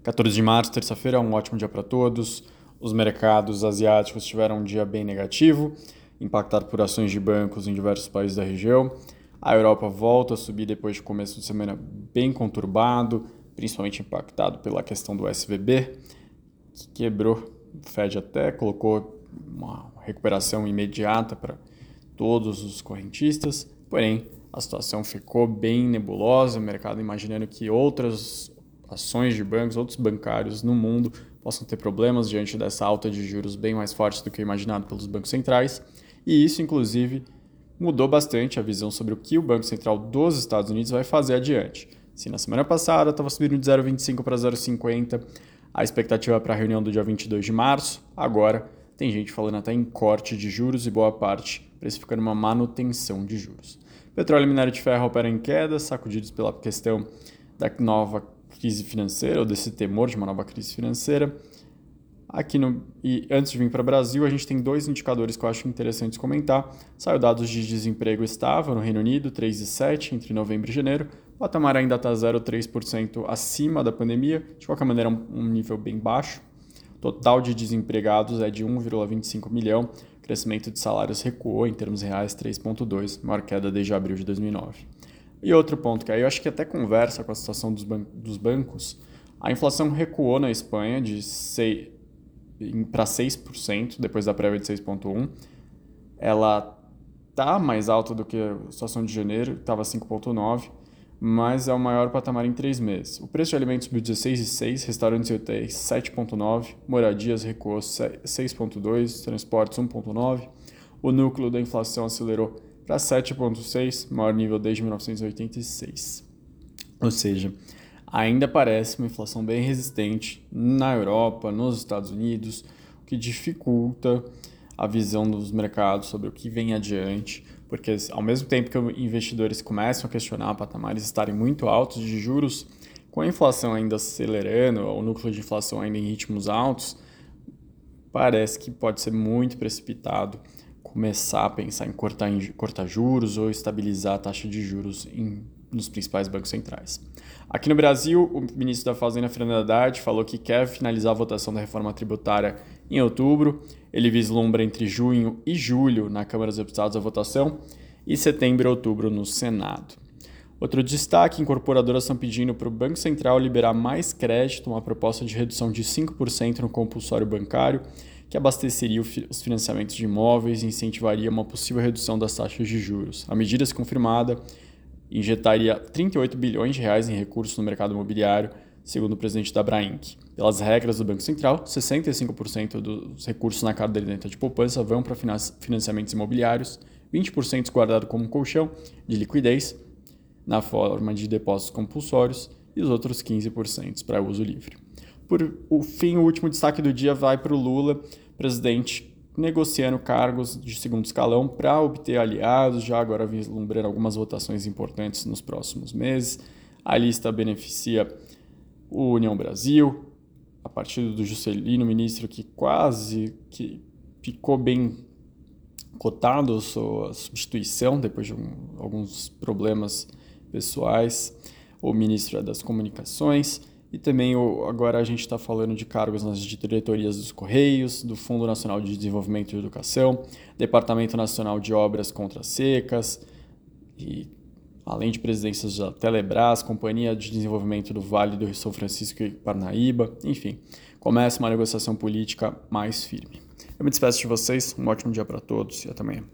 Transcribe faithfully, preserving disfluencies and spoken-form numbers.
quatorze de março, terça-feira, um ótimo dia para todos. Os mercados asiáticos tiveram um dia bem negativo, impactado por ações de bancos em diversos países da região. A Europa volta a subir depois de começo de semana bem conturbado, principalmente impactado pela questão do S V B, que quebrou. O Fed até colocou uma recuperação imediata para todos os correntistas, porém a situação ficou bem nebulosa, o mercado imaginando que outras ações de bancos, outros bancários no mundo possam ter problemas diante dessa alta de juros bem mais forte do que o imaginado pelos bancos centrais, e isso inclusive mudou bastante a visão sobre o que o Banco Central dos Estados Unidos vai fazer adiante. Se na semana passada estava subindo de zero vírgula vinte e cinco para zero vírgula cinquenta, a expectativa para a reunião do dia vinte e dois de março, agora tem gente falando até em corte de juros e boa parte precificando uma manutenção de juros. Petróleo e minério de ferro operam em queda, sacudidos pela questão da nova crise financeira, ou desse temor de uma nova crise financeira. Aqui no, e antes de vir para o Brasil, a gente tem dois indicadores que eu acho interessantes comentar. Saiu dados de desemprego estável no Reino Unido, três vírgula sete por cento entre novembro e janeiro. O patamar ainda está zero vírgula três por cento acima da pandemia, de qualquer maneira um nível bem baixo. O total de desempregados é de um vírgula vinte e cinco milhão. O crescimento de salários recuou em termos reais três vírgula dois por cento, maior queda desde abril de dois mil e nove. E outro ponto que aí eu acho que até conversa com a situação dos, ban- dos bancos, a inflação recuou na Espanha de para seis por cento depois da prévia de seis vírgula um por cento. Ela está mais alta do que a situação de janeiro, estava cinco vírgula nove por cento, mas é o maior patamar em três meses. O preço de alimentos subiu dezesseis vírgula seis por cento, restaurantes e hotéis sete vírgula nove por cento, moradias recuou seis vírgula dois por cento, transportes um vírgula nove por cento. O núcleo da inflação acelerou para sete vírgula seis por cento, maior nível desde mil novecentos e oitenta e seis. Ou seja, ainda parece uma inflação bem resistente na Europa, nos Estados Unidos, o que dificulta a visão dos mercados sobre o que vem adiante, porque ao mesmo tempo que os investidores começam a questionar patamares estarem muito altos de juros, com a inflação ainda acelerando, o núcleo de inflação ainda em ritmos altos, parece que pode ser muito precipitado começar a pensar em cortar, em cortar juros ou estabilizar a taxa de juros em, nos principais bancos centrais. Aqui no Brasil, o ministro da Fazenda, Fernando Haddad, falou que quer finalizar a votação da reforma tributária em outubro. Ele vislumbra entre junho e julho na Câmara dos Deputados a votação e setembro e outubro no Senado. Outro destaque, incorporadoras estão pedindo para o Banco Central liberar mais crédito, uma proposta de redução de cinco por cento no compulsório bancário, que abasteceria os financiamentos de imóveis e incentivaria uma possível redução das taxas de juros. A medida, se confirmada, injetaria trinta e oito bilhões de reais em recursos no mercado imobiliário, segundo o presidente da Abrainc. Pelas regras do Banco Central, sessenta e cinco por cento dos recursos na caderneta de poupança vão para financiamentos imobiliários, vinte por cento guardado como colchão de liquidez, na forma de depósitos compulsórios, e os outros quinze por cento para uso livre. Por o fim, o último destaque do dia vai para o Lula, presidente negociando cargos de segundo escalão para obter aliados, já agora vislumbrando algumas votações importantes nos próximos meses. A lista beneficia o União Brasil, a partir do Juscelino, ministro que quase que ficou bem cotado a sua substituição depois de um, alguns problemas pessoais, o ministro das Comunicações. E também agora a gente está falando de cargos nas diretorias dos Correios, do Fundo Nacional de Desenvolvimento e Educação, Departamento Nacional de Obras contra Secas, e além de presidências da Telebrás, Companhia de Desenvolvimento do Vale do Rio São Francisco e Parnaíba, enfim, começa uma negociação política mais firme. Eu me despeço de vocês, um ótimo dia para todos e até amanhã.